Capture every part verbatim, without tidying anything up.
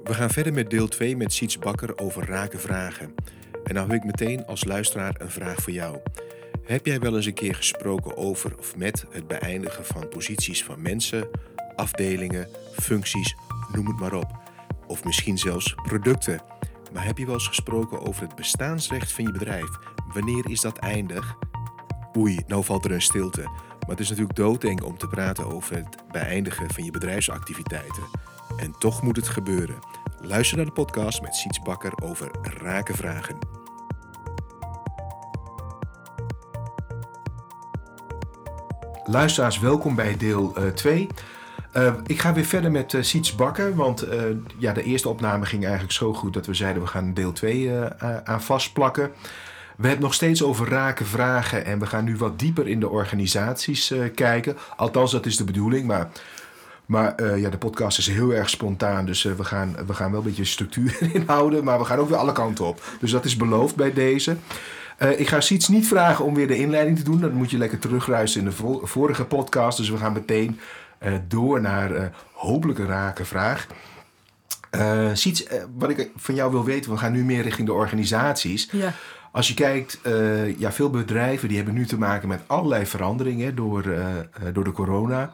We gaan verder met deel twee met Siets Bakker over rake vragen. En nou heb ik meteen als luisteraar een vraag voor jou. Heb jij wel eens een keer gesproken over of met het beëindigen van posities van mensen, afdelingen, functies, noem het maar op. Of misschien zelfs producten. Maar heb je wel eens gesproken over het bestaansrecht van je bedrijf? Wanneer is dat eindig? Oei, nou valt er een stilte. Maar het is natuurlijk doodeng om te praten over het beëindigen van je bedrijfsactiviteiten. En toch moet het gebeuren. Luister naar de podcast met Siets Bakker over rake vragen. Luisteraars, welkom bij deel twee. Uh, uh, ik ga weer verder met uh, Siets Bakker, want uh, ja, de eerste opname ging eigenlijk zo goed dat we zeiden we gaan deel twee uh, uh, aan vastplakken. We hebben nog steeds over rake vragen en we gaan nu wat dieper in de organisaties uh, kijken. Althans, dat is de bedoeling, maar, maar uh, ja, de podcast is heel erg spontaan, dus uh, we, gaan, we gaan wel een beetje structuur inhouden, maar we gaan ook weer alle kanten op. Dus dat is beloofd bij deze. Uh, ik ga Siets niet vragen om weer de inleiding te doen. Dan moet je lekker terugluisteren in de vo- vorige podcast. Dus we gaan meteen uh, door naar uh, hopelijk een rake vraag. Uh, Siets, uh, wat ik van jou wil weten, we gaan nu meer richting de organisaties. Ja. Als je kijkt, uh, ja, veel bedrijven die hebben nu te maken met allerlei veranderingen door, uh, uh, door de corona.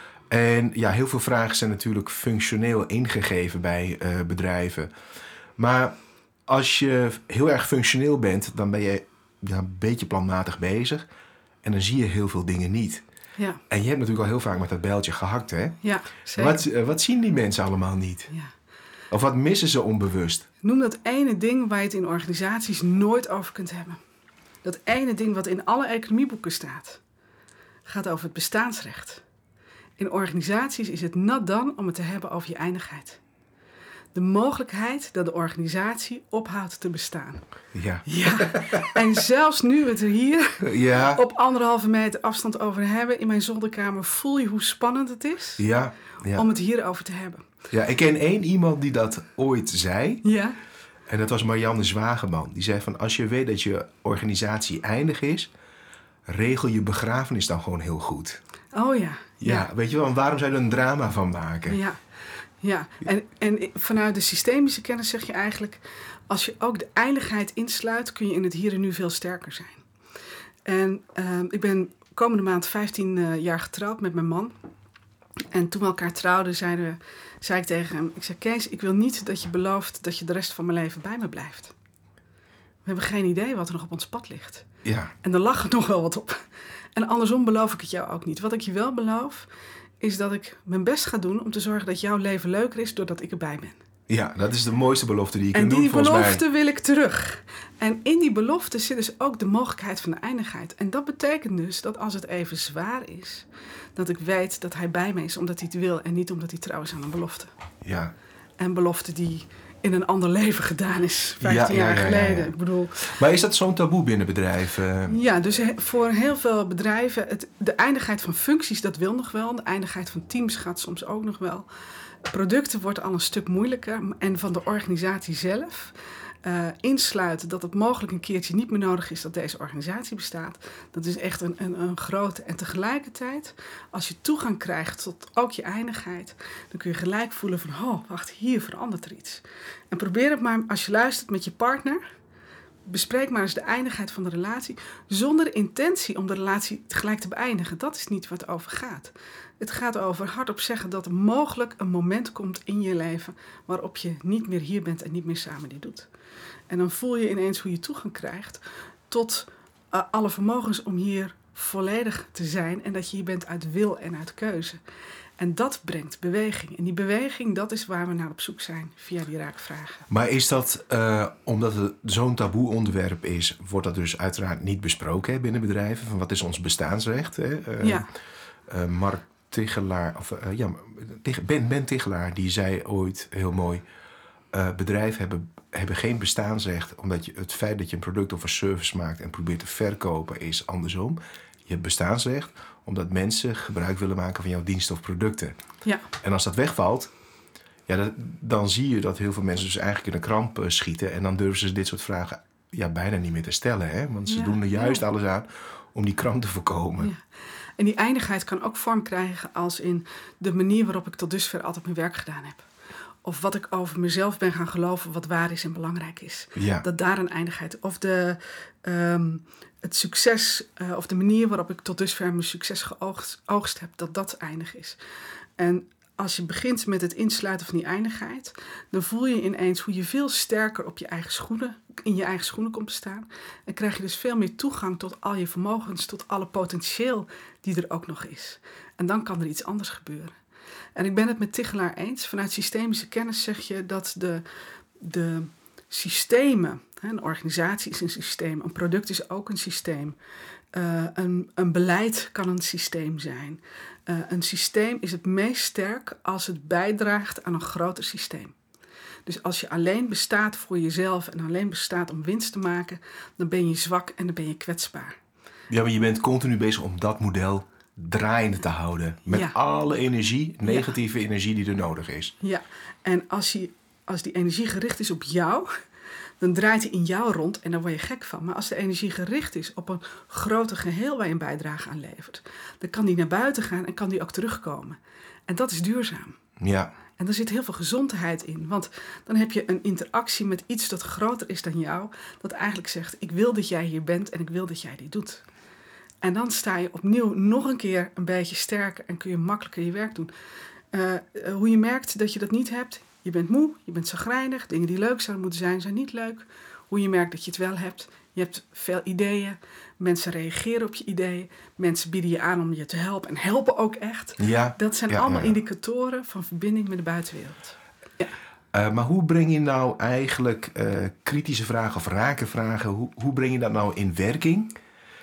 En ja, heel veel vragen zijn natuurlijk functioneel ingegeven bij uh, bedrijven. Maar als je heel erg functioneel bent, dan ben je ja, een beetje planmatig bezig. En dan zie je heel veel dingen niet. Ja. En je hebt natuurlijk al heel vaak met dat bijltje gehakt, hè? Ja, zeker. Wat, uh, wat zien die mensen allemaal niet? Ja. Of wat missen ze onbewust? Noem dat ene ding waar je het in organisaties nooit over kunt hebben. Dat ene ding wat in alle economieboeken staat. Gaat over het bestaansrecht. In organisaties is het nat dan om het te hebben over je eindigheid. De mogelijkheid dat de organisatie ophoudt te bestaan. Ja. Ja. En zelfs nu we het er hier Ja. op anderhalve meter afstand over hebben, in mijn zolderkamer, voel je hoe spannend het is Ja. Ja. om het hierover te hebben. Ja, ik ken één iemand die dat ooit zei. Ja. En dat was Marianne Zwageman. Die zei van, als je weet dat je organisatie eindig is, regel je begrafenis dan gewoon heel goed. Oh ja. Ja, Ja. weet je wel, waarom zou je er een drama van maken? Ja. Ja, en, en vanuit de systemische kennis zeg je eigenlijk, als je ook de eindigheid insluit, kun je in het hier en nu veel sterker zijn. En uh, ik ben komende maand vijftien uh, jaar getrouwd met mijn man. En toen we elkaar trouwden, zeiden we, zei ik tegen hem, ik zei, Kees, ik wil niet dat je belooft dat je de rest van mijn leven bij me blijft. We hebben geen idee wat er nog op ons pad ligt. Ja. En er lag er nog wel wat op. En andersom beloof ik het jou ook niet. Wat ik je wel beloof, is dat ik mijn best ga doen om te zorgen dat jouw leven leuker is doordat ik erbij ben. Ja, dat is de mooiste belofte die je En kunt doen, die volgens mij. belofte wil ik terug. En in die belofte zit dus ook de mogelijkheid van de eindigheid. En dat betekent dus dat als het even zwaar is, dat ik weet dat hij bij me is omdat hij het wil en niet omdat hij trouw is aan een belofte. Ja. Een belofte die in een ander leven gedaan is, vijftien Ja, ja, jaar ja, ja, ja. geleden. Ik bedoel, Maar is dat zo'n taboe binnen bedrijven? ja, dus he- voor heel veel bedrijven, het, de eindigheid van functies, dat wil nog wel. De eindigheid van teams gaat soms ook nog wel. Producten wordt al een stuk moeilijker. En van de organisatie zelf uh, insluiten dat het mogelijk een keertje niet meer nodig is dat deze organisatie bestaat. Dat is echt een, een, een grote. En tegelijkertijd, als je toegang krijgt tot ook je eindigheid, dan kun je gelijk voelen van, oh, wacht, hier verandert er iets. En probeer het maar, als je luistert met je partner, bespreek maar eens de eindigheid van de relatie, zonder de intentie om de relatie gelijk te beëindigen. Dat is niet wat het over gaat. Het gaat over hardop zeggen dat er mogelijk een moment komt in je leven waarop je niet meer hier bent en niet meer samen dit doet. En dan voel je ineens hoe je toegang krijgt tot uh, alle vermogens om hier volledig te zijn en dat je hier bent uit wil en uit keuze. En dat brengt beweging. En die beweging, dat is waar we naar op zoek zijn via die raakvragen. Maar is dat, uh, omdat het zo'n taboe onderwerp is, wordt dat dus uiteraard niet besproken hè, binnen bedrijven? Van wat is ons bestaansrecht? Hè? Uh, Ja. Uh, Mark Tichelaar, of uh, ja, Ben, Ben Tichelaar, die zei ooit heel mooi, uh, bedrijven hebben, hebben geen bestaansrecht, omdat je, het feit dat je een product of een service maakt en probeert te verkopen is andersom. Je hebt bestaansrecht omdat mensen gebruik willen maken van jouw diensten of producten. Ja. En als dat wegvalt, ja, dat, dan zie je dat heel veel mensen dus eigenlijk in een kramp uh, schieten. En dan durven ze dit soort vragen ja, bijna niet meer te stellen. Hè? Want ze Ja, doen er juist ja. alles aan om die kramp te voorkomen. Ja. En die eindigheid kan ook vorm krijgen als in de manier waarop ik tot dusver altijd mijn werk gedaan heb. Of wat ik over mezelf ben gaan geloven, wat waar is en belangrijk is. Ja. Dat daar een eindigheid... Of de, um, het succes, uh, of de manier waarop ik tot dusver mijn succes geoogst oogst heb, dat dat eindig is. En als je begint met het insluiten van die eindigheid, dan voel je ineens hoe je veel sterker op je eigen schoenen, in je eigen schoenen komt te staan. En krijg je dus veel meer toegang tot al je vermogens, tot alle potentieel die er ook nog is. En dan kan er iets anders gebeuren. En ik ben het met Tichelaar eens. Vanuit systemische kennis zeg je dat de, de systemen, een organisatie is een systeem, een product is ook een systeem. Uh, een, een beleid kan een systeem zijn. Uh, een systeem is het meest sterk als het bijdraagt aan een groter systeem. Dus als je alleen bestaat voor jezelf en alleen bestaat om winst te maken, dan ben je zwak en dan ben je kwetsbaar. Ja, maar je bent continu bezig om dat model draaiende te houden. Met ja. alle energie, negatieve ja. energie die er nodig is. Ja, en als, je, als die energie gericht is op jou, dan draait hij in jou rond en daar word je gek van. Maar als de energie gericht is op een groter geheel waar je een bijdrage aan levert, dan kan die naar buiten gaan en kan die ook terugkomen. En dat is duurzaam. Ja. En er zit heel veel gezondheid in. Want dan heb je een interactie met iets dat groter is dan jou, dat eigenlijk zegt, ik wil dat jij hier bent en ik wil dat jij dit doet. En dan sta je opnieuw nog een keer een beetje sterker en kun je makkelijker je werk doen. Uh, hoe je merkt dat je dat niet hebt, je bent moe, je bent chagrijnig, dingen die leuk zouden moeten zijn, zijn niet leuk. Hoe je merkt dat je het wel hebt, je hebt veel ideeën, mensen reageren op je ideeën, mensen bieden je aan om je te helpen en helpen ook echt. Ja, dat zijn ja, allemaal ja, ja. indicatoren van verbinding met de buitenwereld. Ja. Uh, maar hoe breng je nou eigenlijk uh, kritische vragen of rakenvragen, hoe, hoe breng je dat nou in werking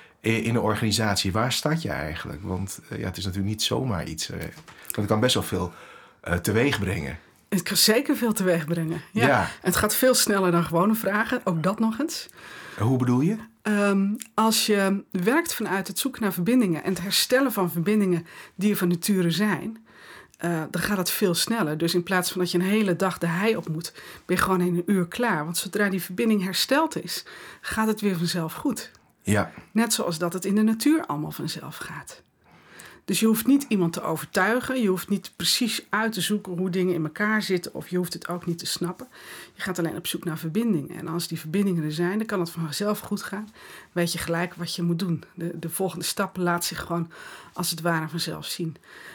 in een organisatie? Waar start je eigenlijk? Want uh, ja, het is natuurlijk niet zomaar iets. Uh, want het kan best wel veel uh, teweeg brengen. Het kan zeker veel teweeg brengen. Ja. Ja. En het gaat veel sneller dan gewone vragen, ook dat nog eens. Uh, hoe bedoel je? Um, als je werkt vanuit het zoeken naar verbindingen en het herstellen van verbindingen die er van nature zijn, Uh, dan gaat het veel sneller. Dus in plaats van dat je een hele dag de hei op moet, ben je gewoon in een uur klaar. Want zodra die verbinding hersteld is, gaat het weer vanzelf goed. Ja. Net zoals dat het in de natuur allemaal vanzelf gaat. Dus je hoeft niet iemand te overtuigen. Je hoeft niet precies uit te zoeken hoe dingen in elkaar zitten. Of je hoeft het ook niet te snappen. Je gaat alleen op zoek naar verbindingen. En als die verbindingen er zijn, dan kan het vanzelf goed gaan. Weet je gelijk wat je moet doen. De, de volgende stap laat zich gewoon als het ware vanzelf zien.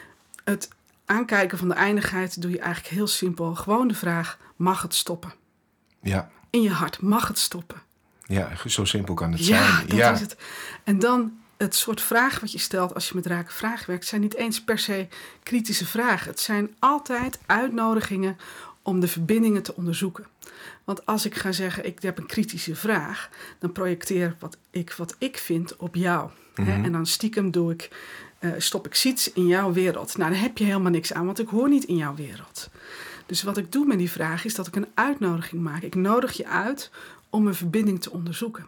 Het aankijken van de eindigheid doe je eigenlijk heel simpel. Gewoon de vraag, mag het stoppen? Ja. In je hart, mag het stoppen? Ja, zo simpel kan het ja, zijn. Dat ja, is het. En dan het soort vragen wat je stelt als je met raken vragen werkt, zijn niet eens per se kritische vragen. Het zijn altijd uitnodigingen om de verbindingen te onderzoeken. Want als ik ga zeggen, ik heb een kritische vraag, dan projecteer wat ik, wat ik vind op jou. Mm-hmm. Hè? En dan stiekem doe ik, uh, stop ik iets in jouw wereld. Nou, daar heb je helemaal niks aan, want ik hoor niet in jouw wereld. Dus wat ik doe met die vraag is dat ik een uitnodiging maak. Ik nodig je uit om een verbinding te onderzoeken.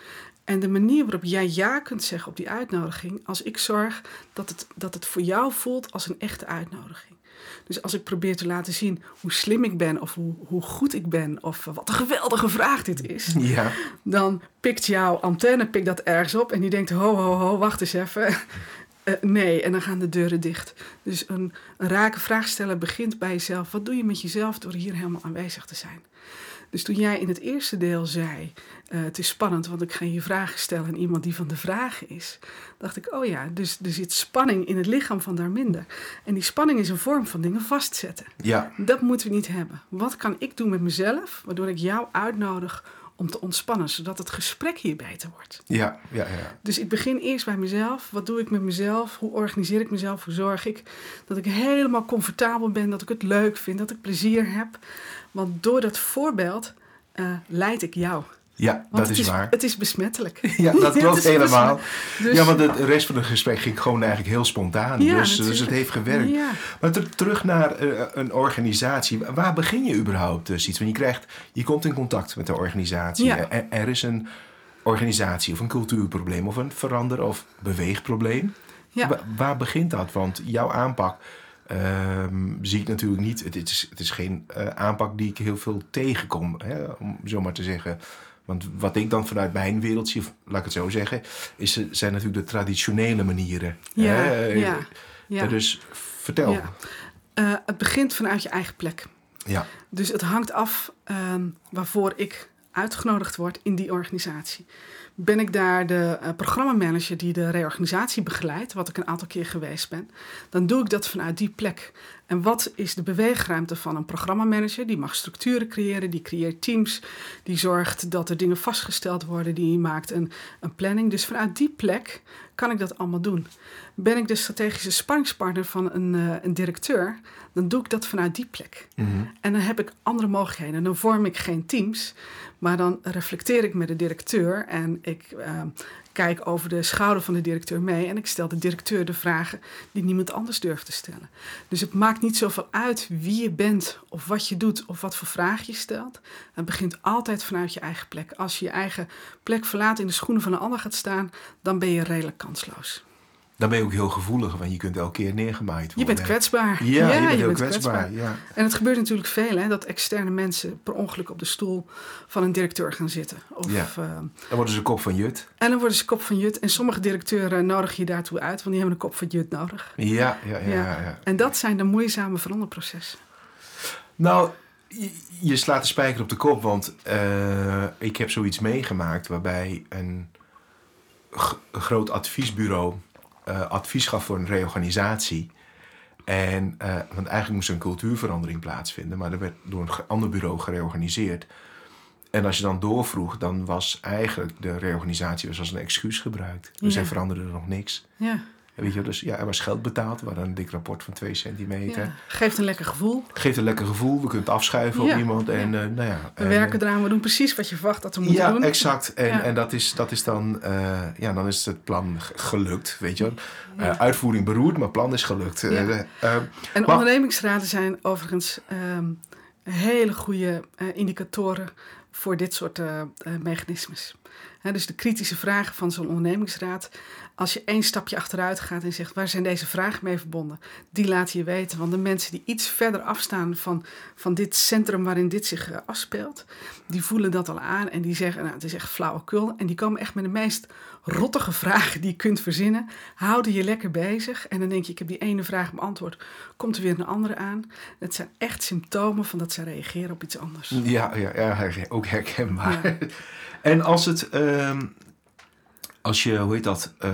En de manier waarop jij ja kunt zeggen op die uitnodiging, als ik zorg dat het, dat het voor jou voelt als een echte uitnodiging. Dus als ik probeer te laten zien hoe slim ik ben of hoe, hoe goed ik ben of wat een geweldige vraag dit is, ja. dan pikt jouw antenne pikt dat ergens op en die denkt, ho, ho, ho, wacht eens even. Uh, nee, en dan gaan de deuren dicht. Dus een, een rake vraag stellen begint bij jezelf. Wat doe je met jezelf door hier helemaal aanwezig te zijn? Dus toen jij in het eerste deel zei, uh, het is spannend, want ik ga je vragen stellen aan iemand die van de vragen is, dacht ik, oh ja, dus er zit spanning in het lichaam van Darminder. En die spanning is een vorm van dingen vastzetten. Ja. Dat moeten we niet hebben. Wat kan ik doen met mezelf, waardoor ik jou uitnodig om te ontspannen, zodat het gesprek hier beter wordt. Ja, ja, ja. Dus ik begin eerst bij mezelf. Wat doe ik met mezelf? Hoe organiseer ik mezelf? Hoe zorg ik dat ik helemaal comfortabel ben, dat ik het leuk vind, dat ik plezier heb? Want door dat voorbeeld uh, leid ik jou. Ja, want dat het is, is waar. Het is besmettelijk. Ja, dat klopt is helemaal. Dus, ja, want de rest van het gesprek ging gewoon eigenlijk heel spontaan. Ja, dus, dus het heeft gewerkt. Ja. Maar ter, terug naar uh, een organisatie. Waar begin je überhaupt, uh, Siets? Want je krijgt, je komt in contact met de organisatie. Ja. Er, er is een organisatie of een cultuurprobleem of een verander- of beweegprobleem. Ja. Wa- waar begint dat? Want jouw aanpak uh, zie ik natuurlijk niet. Het is, het is geen uh, aanpak die ik heel veel tegenkom, hè, om zo maar te zeggen. Want wat ik dan vanuit mijn wereld zie, laat ik het zo zeggen, is, zijn natuurlijk de traditionele manieren. Ja, hè? ja, ja. Dus vertel. Ja. Uh, het begint vanuit je eigen plek. Ja. Dus het hangt af um, waarvoor ik uitgenodigd word in die organisatie. Ben ik daar de uh, programmamanager die de reorganisatie begeleidt, wat ik een aantal keer geweest ben, dan doe ik dat vanuit die plek. En wat is de beweegruimte van een programmamanager? Die mag structuren creëren, die creëert teams, die zorgt dat er dingen vastgesteld worden, die maakt een, een planning. Dus vanuit die plek kan ik dat allemaal doen. Ben ik de strategische sparringspartner van een, uh, een directeur, dan doe ik dat vanuit die plek. Mm-hmm. En dan heb ik andere mogelijkheden. Dan vorm ik geen teams, maar dan reflecteer ik met de directeur en ik uh, kijk over de schouder van de directeur mee en ik stel de directeur de vragen die niemand anders durft te stellen. Dus het maakt niet zoveel uit wie je bent of wat je doet of wat voor vraag je stelt. Het begint altijd vanuit je eigen plek. Als je je eigen plek verlaat, in de schoenen van een ander gaat staan, dan ben je redelijk kansloos. Dan ben je ook heel gevoelig, want je kunt elke keer neergemaaid worden. Je bent kwetsbaar. Ja, ja je bent je heel bent kwetsbaar. kwetsbaar. Ja. En het gebeurt natuurlijk veel, hè, dat externe mensen per ongeluk op de stoel van een directeur gaan zitten. Of, ja. uh, Dan worden ze kop van jut. En dan worden ze kop van jut. En sommige directeuren nodigen je daartoe uit, want die hebben een kop van jut nodig. Ja, ja, ja. ja. ja. En dat zijn de moeizame veranderprocessen. Nou, je, je slaat de spijker op de kop, want uh, ik heb zoiets meegemaakt waarbij een, g- een groot adviesbureau Uh, advies gaf voor een reorganisatie. En, uh, want eigenlijk moest er een cultuurverandering plaatsvinden, maar er werd door een ander bureau gereorganiseerd. En als je dan doorvroeg, dan was eigenlijk de reorganisatie was als een excuus gebruikt. Dus ja. er veranderde er nog niks. Ja. Weet je, dus ja, er was geld betaald. We hadden een dik rapport van twee centimeter. Ja. Geeft een lekker gevoel. Geeft een lekker gevoel. We kunnen het afschuiven ja. op iemand. En, ja. Uh, nou ja, we en, werken eraan. We doen precies wat je verwacht dat we moeten ja, doen. Exact. En, ja, exact. En dat is, dat is dan... Uh, ja, dan is het plan gelukt, weet je wel. Uh, ja. Uitvoering beroerd, maar plan is gelukt. Ja. Uh, uh, en maar, ondernemingsraden zijn overigens um, hele goede uh, indicatoren voor dit soort uh, uh, mechanismes. He, dus de kritische vragen van zo'n ondernemingsraad. Als je één stapje achteruit gaat en zegt, waar zijn deze vragen mee verbonden? Die laten je weten. Want de mensen die iets verder afstaan van, van dit centrum waarin dit zich uh, afspeelt, die voelen dat al aan en die zeggen, nou, het is echt flauwekul. En die komen echt met de meest rottige vragen die je kunt verzinnen. Houden je lekker bezig. En dan denk je, ik heb die ene vraag beantwoord. Komt er weer een andere aan. Het zijn echt symptomen van dat ze reageren op iets anders. Ja, ja, ja ook herkenbaar. Ja. En als het, uh, als je, hoe heet dat, uh,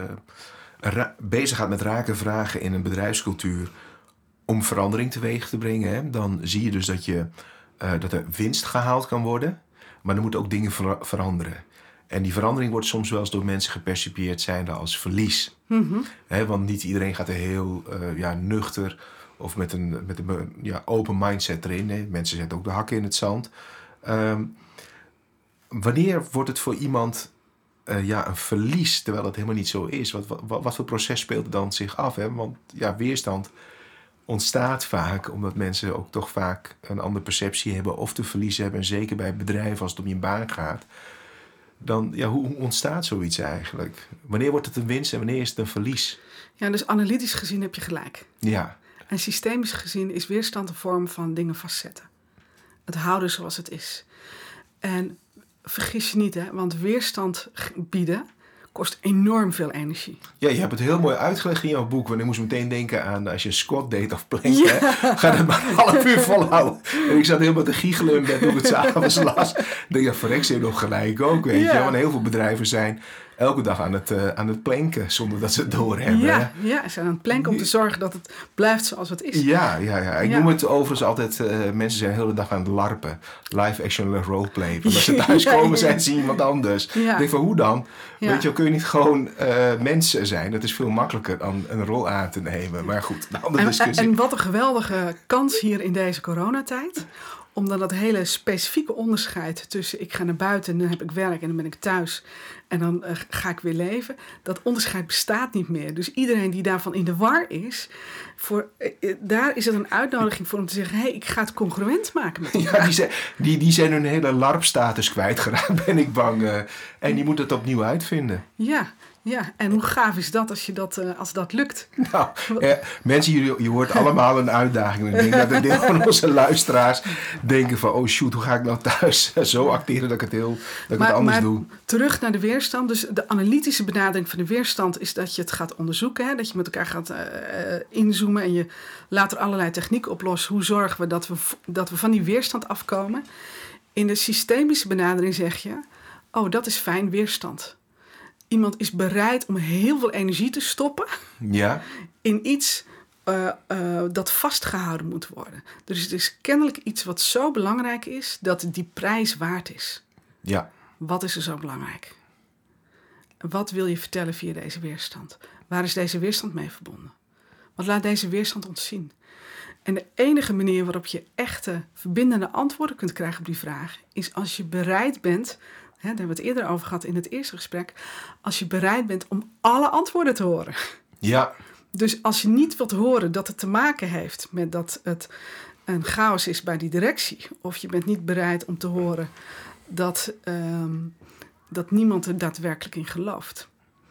ra- bezig gaat met rake vragen in een bedrijfscultuur om verandering teweeg te brengen, hè, dan zie je dus dat, je, uh, dat er winst gehaald kan worden, maar er moeten ook dingen ver- veranderen. En die verandering wordt soms wel eens door mensen gepercipieerd zijnde als verlies. Mm-hmm. Hè, want niet iedereen gaat er heel uh, ja, nuchter of met een, met een ja, open mindset erin. Hè. Mensen zetten ook de hakken in het zand. Um, Wanneer wordt het voor iemand uh, ja, een verlies, terwijl het helemaal niet zo is? Wat, wat, wat voor proces speelt er dan zich af? Hè? Want ja, weerstand ontstaat vaak omdat mensen ook toch vaak een andere perceptie hebben of te verliezen hebben. En zeker bij bedrijven als het om je baan gaat. Dan, ja, hoe, hoe ontstaat zoiets eigenlijk? Wanneer wordt het een winst en wanneer is het een verlies? Ja, dus analytisch gezien heb je gelijk. Ja. En systemisch gezien is weerstand een vorm van dingen vastzetten. Het houden zoals het is. En vergis je niet, hè, want weerstand bieden kost enorm veel energie. Ja, je hebt het heel mooi uitgelegd in jouw boek. Want ik moest meteen denken aan als je squat deed of plank. Ja. Hè, ga het maar een half uur volhouden. En ik zat helemaal te giechelen in bed toen ik het s'avonds las. Ik dacht, ja, Forex heeft nog gelijk ook, weet ja. je. Want heel veel bedrijven zijn elke dag aan het, uh, aan het planken zonder dat ze het doorhebben. Ja, ja, ze zijn aan het planken om te zorgen dat het blijft zoals het is. Ja, ja, ja. Ik ja. noem het overigens altijd, uh, mensen zijn de hele dag aan het larpen. Live action roleplay. Want als ze thuiskomen ja, ja. zijn ze iemand anders. Ja. Ik denk van, hoe dan? Ja. Weet je, kun je niet gewoon uh, mensen zijn? Dat is veel makkelijker dan een rol aan te nemen. Maar goed, een andere en, discussie. En wat een geweldige kans hier in deze coronatijd. Omdat dat hele specifieke onderscheid tussen ik ga naar buiten en dan heb ik werk en dan ben ik thuis en dan uh, ga ik weer leven. Dat onderscheid bestaat niet meer. Dus iedereen die daarvan in de war is, voor, uh, daar is het een uitnodiging voor om te zeggen, hé, hey, ik ga het congruent maken met elkaar. Ja, die zijn, die, die zijn hun hele larpstatus kwijtgeraakt, ben ik bang. Uh, en die moeten het opnieuw uitvinden. Ja, Ja, en hoe gaaf is dat als, je dat, uh, als dat lukt? Nou, eh, mensen, je, je hoort allemaal een uitdaging. Ik denk dat een deel van onze luisteraars denken van... oh shoot, hoe ga ik nou thuis zo acteren dat ik het, heel, dat ik maar, het anders maar doe? Terug naar de weerstand. Dus de analytische benadering van de weerstand is dat je het gaat onderzoeken. Hè? Dat je met elkaar gaat uh, inzoomen en je laat er allerlei technieken oplossen. Hoe zorgen we dat we, dat we van die weerstand afkomen? In de systemische benadering zeg je... oh, dat is fijn, weerstand. Iemand is bereid om heel veel energie te stoppen ja. in iets uh, uh, dat vastgehouden moet worden. Dus het is kennelijk iets wat zo belangrijk is dat die prijs waard is. Ja. Wat is er zo belangrijk? Wat wil je vertellen via deze weerstand? Waar is deze weerstand mee verbonden? Wat laat deze weerstand ons zien? En de enige manier waarop je echte verbindende antwoorden kunt krijgen op die vraag... is als je bereid bent... Hè, daar hebben we het eerder over gehad in het eerste gesprek... als je bereid bent om alle antwoorden te horen. Ja. Dus als je niet wilt horen dat het te maken heeft... met dat het een chaos is bij die directie... of je bent niet bereid om te horen dat, um, dat niemand er daadwerkelijk in gelooft.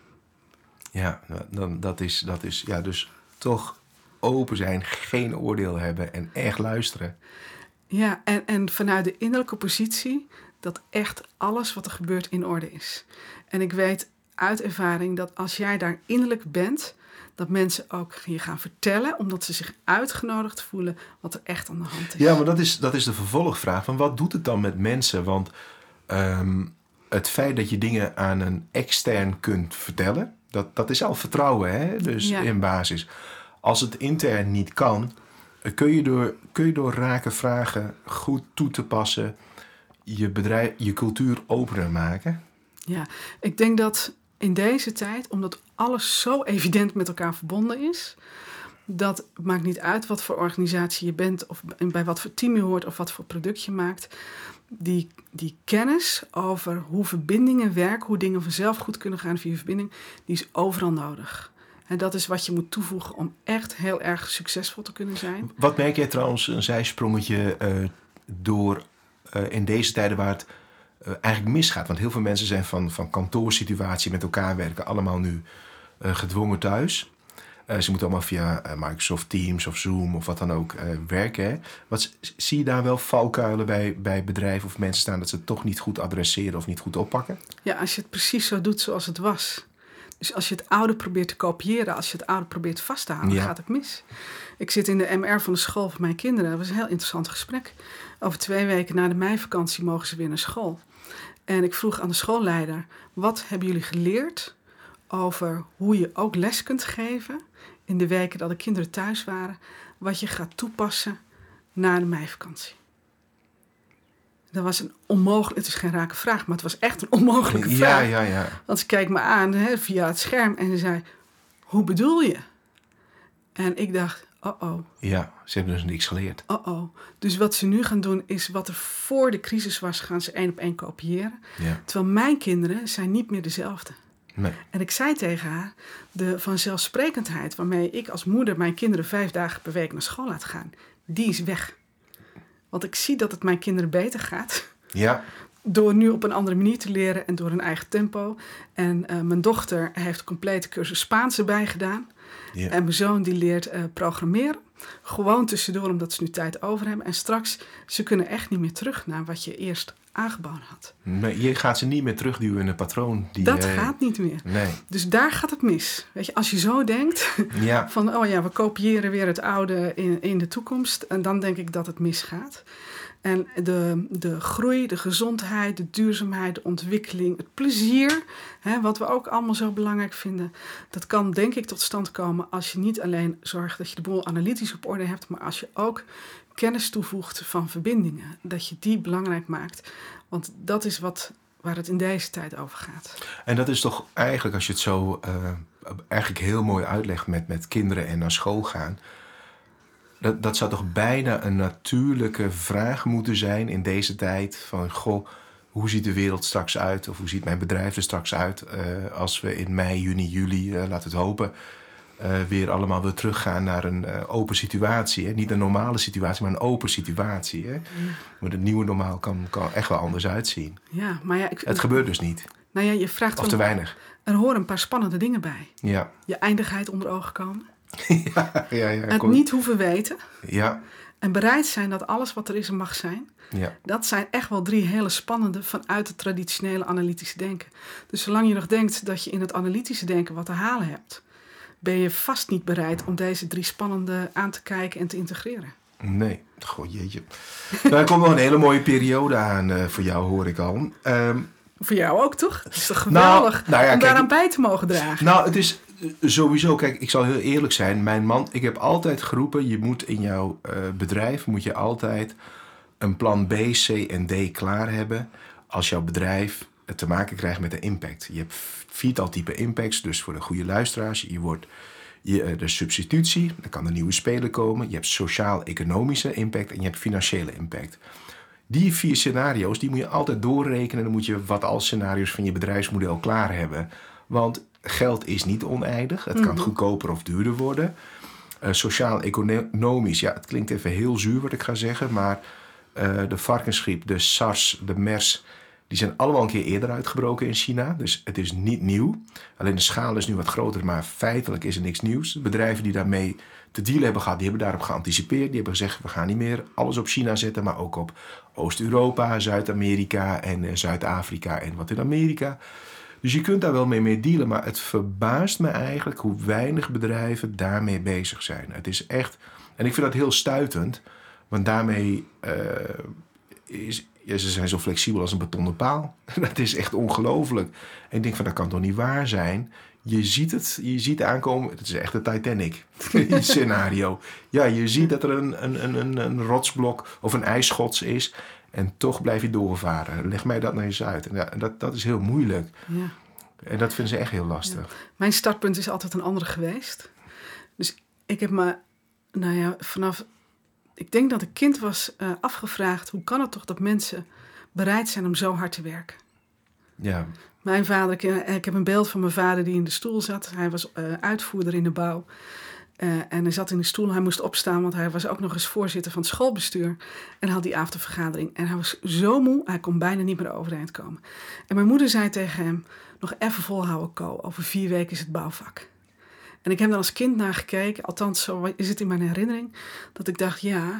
Ja, dan, dat is, dat is ja, dus toch open zijn, geen oordeel hebben en echt luisteren. Ja, en, en vanuit de innerlijke positie... dat echt alles wat er gebeurt in orde is. En ik weet uit ervaring dat als jij daar innerlijk bent... dat mensen ook je gaan vertellen... omdat ze zich uitgenodigd voelen wat er echt aan de hand is. Ja, maar dat is, dat is de vervolgvraag van wat doet het dan met mensen? Want um, het feit dat je dingen aan een extern kunt vertellen... dat, dat is al vertrouwen, hè? Dus ja. In basis. Als het intern niet kan... kun je door, kun je door rake vragen goed toe te passen... je bedrijf, je cultuur opener maken? Ja, ik denk dat in deze tijd, omdat alles zo evident met elkaar verbonden is... dat het maakt niet uit wat voor organisatie je bent... of bij wat voor team je hoort of wat voor product je maakt... die, die kennis over hoe verbindingen werken... hoe dingen vanzelf goed kunnen gaan via verbinding... die is overal nodig. En dat is wat je moet toevoegen om echt heel erg succesvol te kunnen zijn. Wat merk jij trouwens, een zijsprongetje uh, door... Uh, in deze tijden waar het uh, eigenlijk misgaat. Want heel veel mensen zijn van, van kantoorsituatie met elkaar werken... allemaal nu uh, gedwongen thuis. Uh, ze moeten allemaal via uh, Microsoft Teams of Zoom of wat dan ook uh, werken. Hè? Wat, zie je daar wel valkuilen bij, bij bedrijven of mensen staan... dat ze het toch niet goed adresseren of niet goed oppakken? Ja, als je het precies zo doet zoals het was. Dus als je het oude probeert te kopiëren... als je het oude probeert vast te houden, ja. gaat het mis. Ik zit in de M R van de school van mijn kinderen. Dat was een heel interessant gesprek. Over twee weken na de meivakantie mogen ze weer naar school. En ik vroeg aan de schoolleider... wat hebben jullie geleerd over hoe je ook les kunt geven... in de weken dat de kinderen thuis waren... wat je gaat toepassen na de meivakantie? Dat was een onmogelijk... Het is geen rake vraag, maar het was echt een onmogelijke ja, vraag. Ja, ja. Want ze keek me aan hè, via het scherm en ze zei... hoe bedoel je? En ik dacht... oh-oh. Ja, ze hebben dus niks geleerd. Oh-oh. Dus wat ze nu gaan doen is wat er voor de crisis was... gaan ze één op één kopiëren. Ja. Terwijl mijn kinderen zijn niet meer dezelfde. Nee. En ik zei tegen haar... de vanzelfsprekendheid waarmee ik als moeder... mijn kinderen vijf dagen per week naar school laat gaan... die is weg. Want ik zie dat het mijn kinderen beter gaat... Ja. Door nu op een andere manier te leren en door een eigen tempo. En uh, mijn dochter heeft een complete cursus Spaans erbij gedaan. Ja. En mijn zoon die leert uh, programmeren. Gewoon tussendoor, omdat ze nu tijd over hebben. En straks, ze kunnen echt niet meer terug naar wat je eerst aangeboden had. Nee, je gaat ze niet meer terugduwen in een patroon. Die, dat uh, gaat niet meer. Nee. Dus daar gaat het mis. Weet je, als je zo denkt, ja. van oh ja, we kopiëren weer het oude in, in de toekomst. En dan denk ik dat het misgaat. En de, de groei, de gezondheid, de duurzaamheid, de ontwikkeling, het plezier... Hè, wat we ook allemaal zo belangrijk vinden... dat kan denk ik tot stand komen als je niet alleen zorgt... dat je de boel analytisch op orde hebt... maar als je ook kennis toevoegt van verbindingen. Dat je die belangrijk maakt. Want dat is wat, waar het in deze tijd over gaat. En dat is toch eigenlijk, als je het zo uh, eigenlijk heel mooi uitlegt... met, met kinderen en naar school gaan... Dat, dat zou toch bijna een natuurlijke vraag moeten zijn in deze tijd. Van, goh, hoe ziet de wereld straks uit? Of hoe ziet mijn bedrijf er straks uit? Uh, als we in mei, juni, juli, uh, laten we het hopen... Uh, weer allemaal weer teruggaan naar een uh, open situatie. Hè? Niet een normale situatie, maar een open situatie. Hè? Ja. Maar het nieuwe normaal kan, kan echt wel anders uitzien. Ja, maar ja, ik, het gebeurt dus niet. Nou ja, je vraagt... Of te weinig. Er horen een paar spannende dingen bij. Ja. Je eindigheid onder ogen komen. ja, ja, ja. Het niet hoeven weten. Ja. En bereid zijn dat alles wat er is er mag zijn. Ja. Dat zijn echt wel drie hele spannende vanuit het traditionele analytische denken. Dus zolang je nog denkt dat je in het analytische denken wat te halen hebt, ben je vast niet bereid om deze drie spannende aan te kijken en te integreren. Nee, goh jeetje. Nou, er komt nog een hele mooie periode aan uh, voor jou, hoor ik al. Um, voor jou ook, toch? Het is toch geweldig nou, nou ja, om kijk, daaraan bij te mogen dragen? Nou, het is sowieso, kijk, ik zal heel eerlijk zijn. Mijn man, ik heb altijd geroepen, je moet in jouw uh, bedrijf, moet je altijd een plan B, C en D klaar hebben als jouw bedrijf te maken krijgt met een impact. Je hebt viertal type impacts, dus voor de goede luisteraars. Je wordt je, de substitutie, er kan een nieuwe speler komen. Je hebt sociaal-economische impact en je hebt financiële impact. Die vier scenario's, die moet je altijd doorrekenen. Dan moet je wat als scenario's van je bedrijfsmodel klaar hebben. Want geld is niet oneindig. Het mm-hmm. kan goedkoper of duurder worden. Uh, sociaal-economisch, ja, het klinkt even heel zuur wat ik ga zeggen, maar uh, de varkensgriep, de SARS, de MERS, die zijn allemaal een keer eerder uitgebroken in China. Dus het is niet nieuw. Alleen de schaal is nu wat groter, maar feitelijk is er niks nieuws. De bedrijven die daarmee te dealen hebben gehad, die hebben daarop geanticipeerd. Die hebben gezegd, we gaan niet meer alles op China zetten, maar ook op Oost-Europa, Zuid-Amerika en uh, Zuid-Afrika en wat in Amerika. Dus je kunt daar wel mee, mee dealen, maar het verbaast me eigenlijk hoe weinig bedrijven daarmee bezig zijn. Het is echt, en ik vind dat heel stuitend, want daarmee uh, is, ja, ze zijn zo flexibel als een betonnen paal. Dat is echt ongelooflijk. En ik denk van, dat kan toch niet waar zijn? Je ziet het, je ziet aankomen, het is echt de Titanic scenario. Ja, je ziet dat er een, een, een, een rotsblok of een ijsschots is. En toch blijf je doorvaren. Leg mij dat nou eens uit. En ja, dat, dat is heel moeilijk. Ja. En dat vinden ze echt heel lastig. Ja. Mijn startpunt is altijd een andere geweest. Dus ik heb me, nou ja, vanaf... Ik denk dat ik kind was uh, afgevraagd... hoe kan het toch dat mensen bereid zijn om zo hard te werken? Ja. Mijn vader, ik, ik heb een beeld van mijn vader die in de stoel zat. Hij was uh, uitvoerder in de bouw. Uh, en hij zat in de stoel, hij moest opstaan, want hij was ook nog eens voorzitter van het schoolbestuur. En had die avondvergadering. En hij was zo moe, hij kon bijna niet meer overeind komen. En mijn moeder zei tegen hem, nog even volhouden, Ko, over vier weken is het bouwvak. En ik heb daar als kind naar gekeken, althans zo is het in mijn herinnering, dat ik dacht, ja,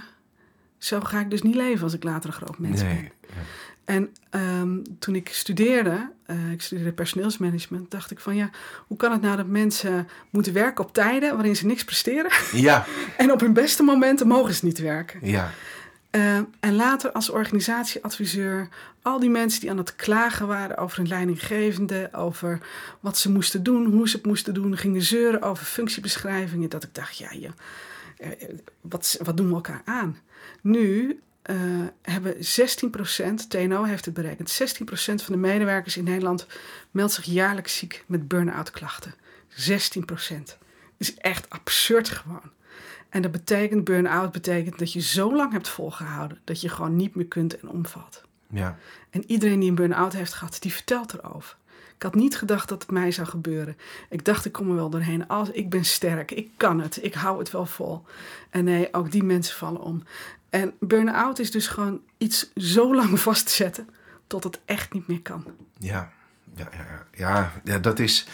zo ga ik dus niet leven als ik later een groot mens nee. ben. Ja. En um, toen ik studeerde, uh, ik studeerde personeelsmanagement, dacht ik van ja, hoe kan het nou dat mensen moeten werken op tijden waarin ze niks presteren? Ja. En op hun beste momenten mogen ze niet werken. Ja. Uh, en later als organisatieadviseur, al die mensen die aan het klagen waren over hun leidinggevende, over wat ze moesten doen, hoe ze het moesten doen, gingen zeuren over functiebeschrijvingen, dat ik dacht, ja, ja uh, wat, wat doen we elkaar aan? Nu Uh, hebben zestien procent, T N O heeft het berekend, zestien procent van de medewerkers in Nederland meldt zich jaarlijks ziek met burn-out klachten. zestien procent. Dat is echt absurd gewoon. En dat betekent, burn-out betekent dat je zo lang hebt volgehouden dat je gewoon niet meer kunt en omvalt. Ja. En iedereen die een burn-out heeft gehad, die vertelt erover. Ik had niet gedacht dat het mij zou gebeuren. Ik dacht, ik kom er wel doorheen. Als, ik ben sterk, ik kan het, ik hou het wel vol. En nee, ook die mensen vallen om. En burn-out is dus gewoon iets zo lang vast te zetten tot het echt niet meer kan. Ja, ja, ja, ja, ja dat is...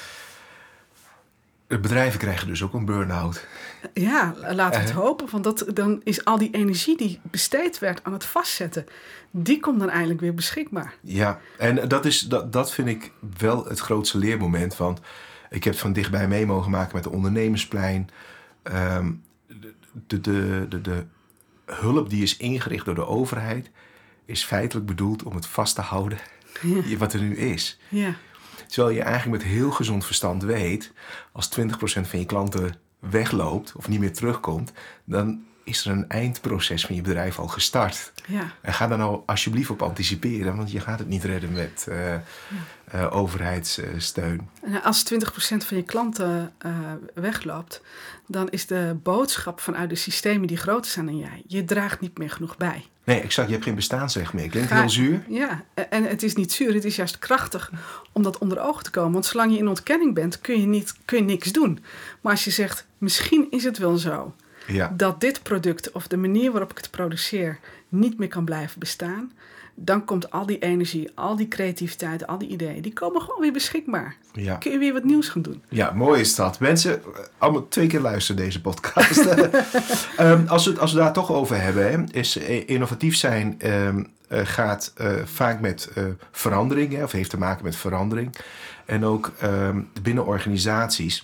Bedrijven krijgen dus ook een burn-out. Ja, laten we het uh, hopen. Want dat, dan is al die energie die besteed werd aan het vastzetten, die komt dan eindelijk weer beschikbaar. Ja, en dat, is, dat, dat vind ik wel het grootste leermoment. Want ik heb het van dichtbij mee mogen maken met de ondernemersplein. Um, de, de, de, de, de hulp die is ingericht door de overheid is feitelijk bedoeld om het vast te houden ja. wat er nu is. Ja. Terwijl je eigenlijk met heel gezond verstand weet, als twintig procent van je klanten wegloopt of niet meer terugkomt, dan is er een eindproces van je bedrijf al gestart. Ja. En ga daar nou alsjeblieft op anticiperen, want je gaat het niet redden met uh, ja. uh, overheidssteun. En als twintig procent van je klanten uh, wegloopt, dan is de boodschap vanuit de systemen die groter zijn dan jij, je draagt niet meer genoeg bij. Nee, exact. Je hebt geen bestaansrecht meer. Klinkt heel zuur. Ja, en het is niet zuur. Het is juist krachtig om dat onder ogen te komen. Want zolang je in ontkenning bent, kun je, niet, kun je niks doen. Maar als je zegt, misschien is het wel zo. Ja. dat dit product of de manier waarop ik het produceer niet meer kan blijven bestaan, dan komt al die energie, al die creativiteit, al die ideeën, die komen gewoon weer beschikbaar. Ja. Kun je weer wat nieuws gaan doen. Ja, mooi is dat. Mensen, allemaal twee keer luisteren deze podcast. um, als, we, als we daar toch over hebben, hè, is innovatief zijn um, uh, gaat uh, vaak met uh, verandering, hè, of heeft te maken met verandering. En ook um, binnen organisaties.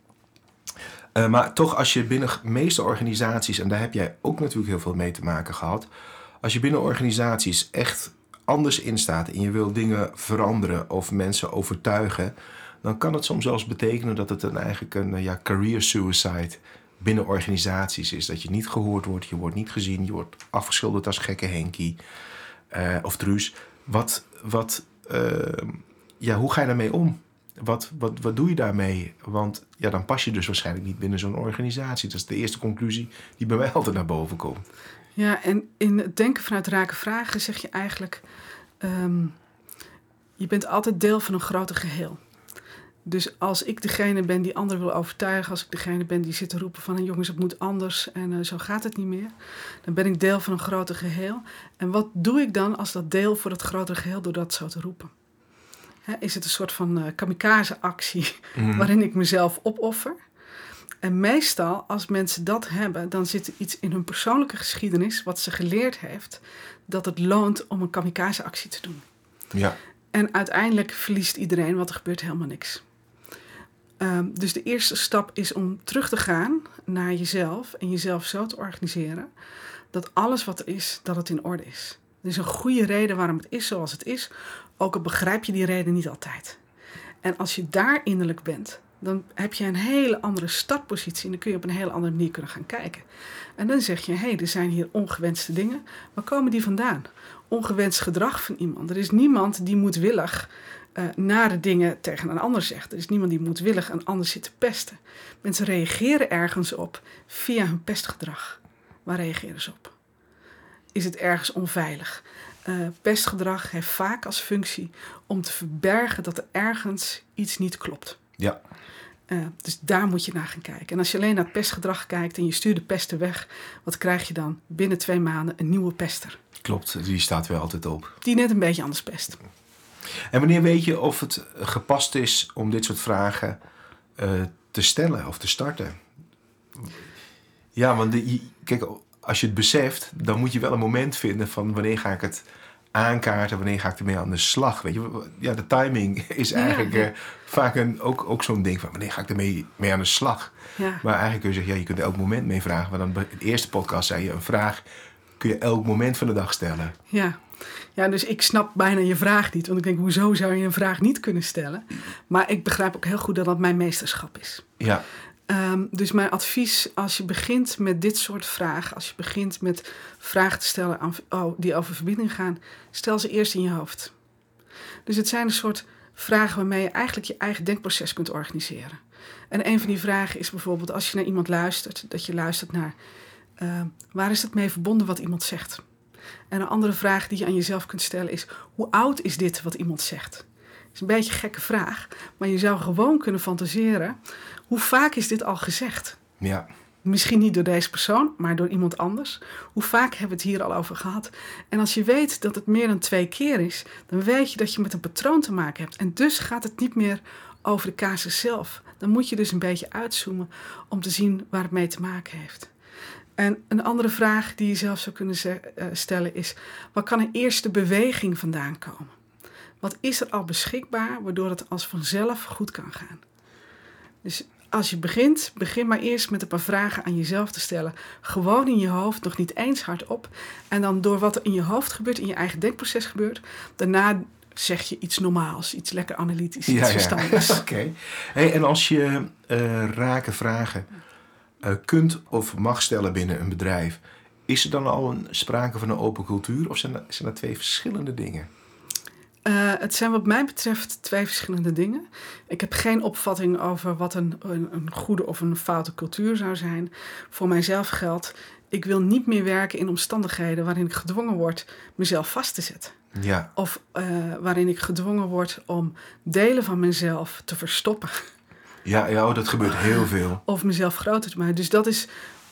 Uh, maar toch als je binnen de meeste organisaties, en daar heb jij ook natuurlijk heel veel mee te maken gehad, als je binnen organisaties echt anders instaat en je wil dingen veranderen of mensen overtuigen, dan kan het soms zelfs betekenen dat het een, eigenlijk een ja, career suicide binnen organisaties is. Dat je niet gehoord wordt, je wordt niet gezien, je wordt afgeschilderd als gekke Henkie uh, of Truus. Wat, wat, uh, ja, hoe ga je daarmee om? Wat, wat, wat doe je daarmee? Want ja, dan pas je dus waarschijnlijk niet binnen zo'n organisatie. Dat is de eerste conclusie die bij mij altijd naar boven komt. Ja, en in het denken vanuit rake vragen zeg je eigenlijk, Um, je bent altijd deel van een groter geheel. Dus als ik degene ben die anderen wil overtuigen, als ik degene ben die zit te roepen van jongens, het moet anders en uh, zo gaat het niet meer, dan ben ik deel van een groter geheel. En wat doe ik dan als dat deel voor het grotere geheel door dat zo te roepen? Hè, is het een soort van uh, kamikaze-actie mm. waarin ik mezelf opoffer? En meestal, als mensen dat hebben, dan zit er iets in hun persoonlijke geschiedenis wat ze geleerd heeft, dat het loont om een kamikaze-actie te doen. Ja. En uiteindelijk verliest iedereen, want er gebeurt helemaal niks. Um, dus de eerste stap is om terug te gaan naar jezelf en jezelf zo te organiseren dat alles wat er is, dat het in orde is. Er is een goede reden waarom het is zoals het is, ook al begrijp je die reden niet altijd. En als je daar innerlijk bent, dan heb je een hele andere startpositie en dan kun je op een hele andere manier kunnen gaan kijken. En dan zeg je, hé, hey, er zijn hier ongewenste dingen. Waar komen die vandaan? Ongewenst gedrag van iemand. Er is niemand die moedwillig uh, nare dingen tegen een ander zegt. Er is niemand die moedwillig een ander zit te pesten. Mensen reageren ergens op via hun pestgedrag. Waar reageren ze op? Is het ergens onveilig? Uh, pestgedrag heeft vaak als functie om te verbergen dat er ergens iets niet klopt. Ja. Uh, dus daar moet je naar gaan kijken. En als je alleen naar het pestgedrag kijkt en je stuurt de pesten weg, wat krijg je dan? Binnen twee maanden een nieuwe pester. Klopt, die staat wel altijd op. Die net een beetje anders pest. En wanneer weet je of het gepast is om dit soort vragen uh, te stellen of te starten? Ja, want de, kijk, als je het beseft, dan moet je wel een moment vinden van wanneer ga ik het aankaarten, wanneer ga ik ermee aan de slag. Weet je, ja, de timing is eigenlijk ja, ja. Uh, vaak een, ook, ook zo'n ding van wanneer ga ik ermee mee aan de slag. Ja. Maar eigenlijk kun je zeggen, ja, je kunt elk moment mee vragen. Want dan in de eerste podcast zei je, een vraag kun je elk moment van de dag stellen. Ja. Ja, dus ik snap bijna je vraag niet. Want ik denk, hoezo zou je een vraag niet kunnen stellen? Maar ik begrijp ook heel goed dat dat mijn meesterschap is. Ja. Um, dus mijn advies, als je begint met dit soort vragen, als je begint met vragen te stellen aan, oh, die over verbinding gaan, stel ze eerst in je hoofd. Dus het zijn een soort vragen waarmee je eigenlijk je eigen denkproces kunt organiseren. En een van die vragen is bijvoorbeeld, als je naar iemand luistert, dat je luistert naar, uh, waar is het mee verbonden wat iemand zegt? En een andere vraag die je aan jezelf kunt stellen is, hoe oud is dit wat iemand zegt? Dat is een beetje een gekke vraag, maar je zou gewoon kunnen fantaseren, hoe vaak is dit al gezegd? Ja. Misschien niet door deze persoon, maar door iemand anders. Hoe vaak hebben we het hier al over gehad? En als je weet dat het meer dan twee keer is, dan weet je dat je met een patroon te maken hebt. En dus gaat het niet meer over de casus zelf. Dan moet je dus een beetje uitzoomen om te zien waar het mee te maken heeft. En een andere vraag die je zelf zou kunnen stellen is, waar kan een eerste beweging vandaan komen? Wat is er al beschikbaar, waardoor het als vanzelf goed kan gaan? Dus als je begint, begin maar eerst met een paar vragen aan jezelf te stellen. Gewoon in je hoofd, nog niet eens hardop. En dan door wat er in je hoofd gebeurt, in je eigen denkproces gebeurt, daarna zeg je iets normaals, iets lekker analytisch, iets ja, verstandigs. Ja. Oké. Okay. Hey, en als je uh, rake vragen uh, kunt of mag stellen binnen een bedrijf, is er dan al een sprake van een open cultuur of zijn er, zijn er twee verschillende dingen? Uh, het zijn wat mij betreft twee verschillende dingen. Ik heb geen opvatting over wat een, een, een goede of een foute cultuur zou zijn. Voor mijzelf geldt, ik wil niet meer werken in omstandigheden waarin ik gedwongen word mezelf vast te zetten. Ja. Of uh, waarin ik gedwongen word om delen van mezelf te verstoppen. Ja, ja, dat gebeurt heel veel. Of mezelf groter te maken. Dus dat is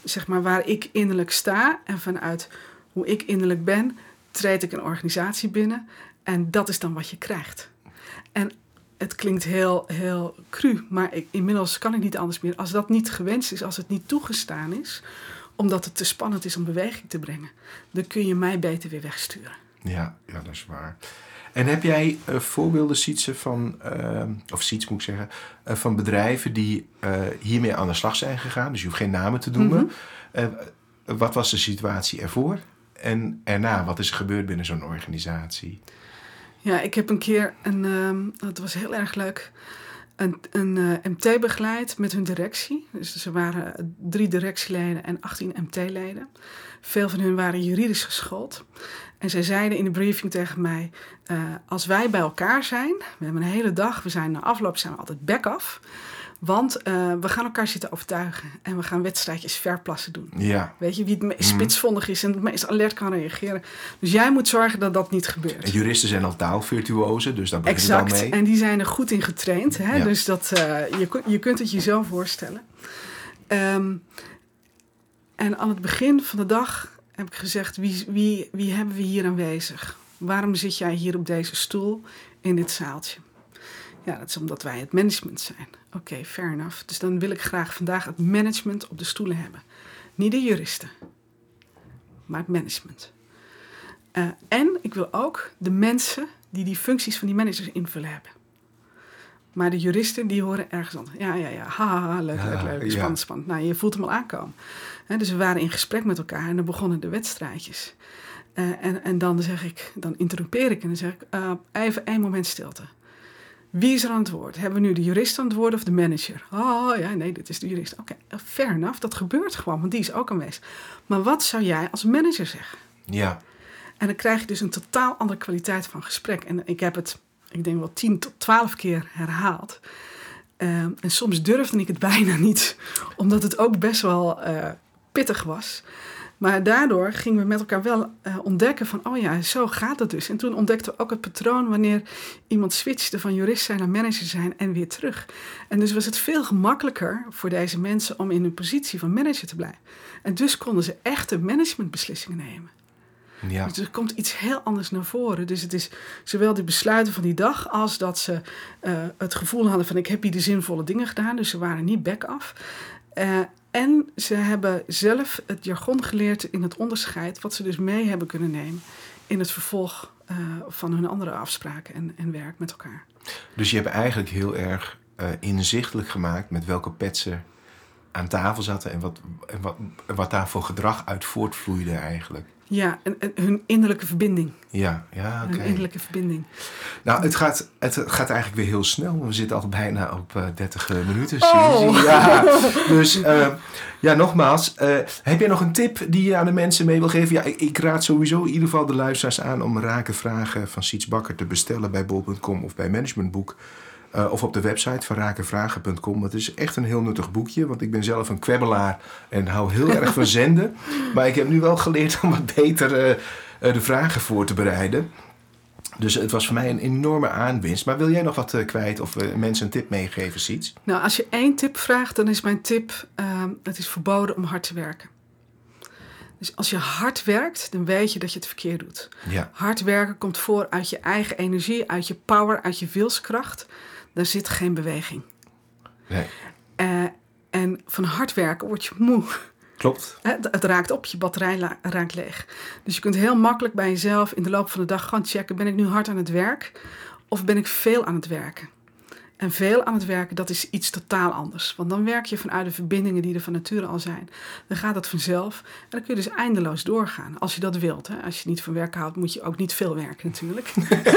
zeg maar waar ik innerlijk sta en vanuit hoe ik innerlijk ben, treed ik een organisatie binnen en dat is dan wat je krijgt. En het klinkt heel, heel cru, maar ik, inmiddels kan ik niet anders meer. Als dat niet gewenst is, als het niet toegestaan is, omdat het te spannend is om beweging te brengen, dan kun je mij beter weer wegsturen. Ja, ja, dat is waar. En heb jij uh, voorbeelden, Sietse, van, uh, of Siets moet ik zeggen, uh, van bedrijven die uh, hiermee aan de slag zijn gegaan? Dus je hoeft geen namen te noemen. Mm-hmm. Uh, wat was de situatie ervoor? En erna, wat is er gebeurd binnen zo'n organisatie? Ja, ik heb een keer, een, um, dat was heel erg leuk, een, een uh, M T begeleid met hun directie. Dus ze waren drie directieleden en achttien M T-leden. Veel van hun waren juridisch geschoold. En zij zeiden in de briefing tegen mij, uh, als wij bij elkaar zijn, we hebben een hele dag, we zijn na afloop zijn we altijd back-off. Want uh, we gaan elkaar zitten overtuigen. En we gaan wedstrijdjes verplassen doen. Ja. Weet je, wie het meest spitsvondig is en het meest alert kan reageren. Dus jij moet zorgen dat dat niet gebeurt. En juristen zijn al taalvirtuozen, dus daar begint het al mee. Exact, en die zijn er goed in getraind. Hè? Ja. Dus dat, uh, je, je kunt het je zo voorstellen. Um, en aan het begin van de dag heb ik gezegd, wie, wie, wie hebben we hier aanwezig? Waarom zit jij hier op deze stoel in dit zaaltje? Ja, dat is omdat wij het management zijn. Oké, okay, fair enough. Dus dan wil ik graag vandaag het management op de stoelen hebben. Niet de juristen, maar het management. Uh, en ik wil ook de mensen die die functies van die managers invullen hebben. Maar de juristen, die horen ergens anders. Ja, ja, ja, haha, leuk, leuk, leuk, ja. spannend, spannend. Nou, je voelt hem al aankomen. He, dus we waren in gesprek met elkaar en dan begonnen de wedstrijdjes. Uh, en, en dan zeg ik, dan interrumpeer ik en dan zeg ik, uh, even één moment stilte. Wie is er aan het woord? Hebben we nu de jurist aan het woord of de manager? Oh ja, nee, dit is de jurist. Oké, okay, fair enough, dat gebeurt gewoon, want die is ook aanwezig. Maar wat zou jij als manager zeggen? Ja. En dan krijg je dus een totaal andere kwaliteit van gesprek. En ik heb het, ik denk wel tien tot twaalf keer herhaald. Uh, en soms durfde ik het bijna niet, omdat het ook best wel uh, pittig was. Maar daardoor gingen we met elkaar wel uh, ontdekken van, oh ja, zo gaat het dus. En toen ontdekten we ook het patroon wanneer iemand switchte van jurist zijn naar manager zijn en weer terug. En dus was het veel gemakkelijker voor deze mensen om in hun positie van manager te blijven. En dus konden ze echte managementbeslissingen nemen. Ja. Dus er komt iets heel anders naar voren. Dus het is zowel de besluiten van die dag als dat ze uh, het gevoel hadden van, ik heb hier de zinvolle dingen gedaan. Dus ze waren niet back-off. Uh, En ze hebben zelf het jargon geleerd in het onderscheid, wat ze dus mee hebben kunnen nemen in het vervolg uh, van hun andere afspraken en, en werk met elkaar. Dus je hebt eigenlijk heel erg uh, inzichtelijk gemaakt met welke pet ze aan tafel zaten en wat, en wat, wat daar voor gedrag uit voortvloeide eigenlijk. Ja, en, en hun innerlijke verbinding. Ja, ja, oké. Hun Okay. innerlijke verbinding. Nou, het gaat, het gaat eigenlijk weer heel snel. We zitten al bijna op uh, dertig uh, minuten. Oh. Ja, dus uh, ja, nogmaals. Uh, heb jij nog een tip die je aan de mensen mee wil geven? Ja, ik, ik raad sowieso in ieder geval de luisteraars aan om Rake Vragen van Siets Bakker te bestellen bij bol punt com of bij Managementboek. Uh, of op de website van rakevragen punt com. Het is echt een heel nuttig boekje, want ik ben zelf een kwebbelaar en hou heel erg van zenden. Maar ik heb nu wel geleerd om wat beter uh, uh, de vragen voor te bereiden. Dus het was voor mij een enorme aanwinst. Maar wil jij nog wat uh, kwijt of uh, mensen een tip meegeven, Siets? Nou, als je één tip vraagt, dan is mijn tip, uh, het is verboden om hard te werken. Dus als je hard werkt, dan weet je dat je het verkeerd doet. Ja. Hard werken komt voor uit je eigen energie, uit je power, uit je wilskracht. Daar zit geen beweging. Nee. Uh, en van hard werken word je moe. Klopt. Het, het raakt op, je batterij la, raakt leeg. Dus je kunt heel makkelijk bij jezelf in de loop van de dag gaan checken, ben ik nu hard aan het werk of ben ik veel aan het werken? En veel aan het werken, dat is iets totaal anders. Want dan werk je vanuit de verbindingen die er van nature al zijn. Dan gaat dat vanzelf. En dan kun je dus eindeloos doorgaan. Als je dat wilt. Hè. Als je niet van werken houdt, moet je ook niet veel werken natuurlijk.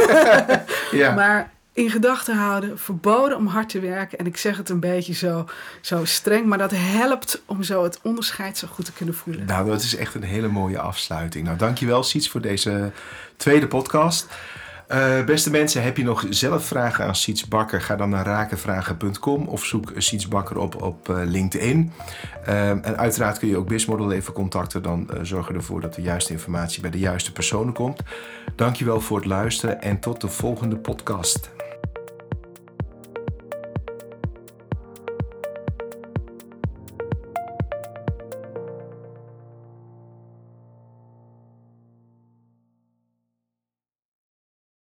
Ja. Maar in gedachten houden, verboden om hard te werken. En ik zeg het een beetje zo, zo streng. Maar dat helpt om zo het onderscheid zo goed te kunnen voelen. Nou, dat is echt een hele mooie afsluiting. Nou, dankjewel Siets voor deze tweede podcast. Uh, beste mensen, heb je nog zelf vragen aan Siets Bakker? Ga dan naar rakevragen punt com of zoek Siets Bakker op op uh, LinkedIn. Uh, en uiteraard kun je ook Bizmodel even contacten. Dan uh, zorgen we ervoor dat de juiste informatie bij de juiste personen komt. Dankjewel voor het luisteren en tot de volgende podcast.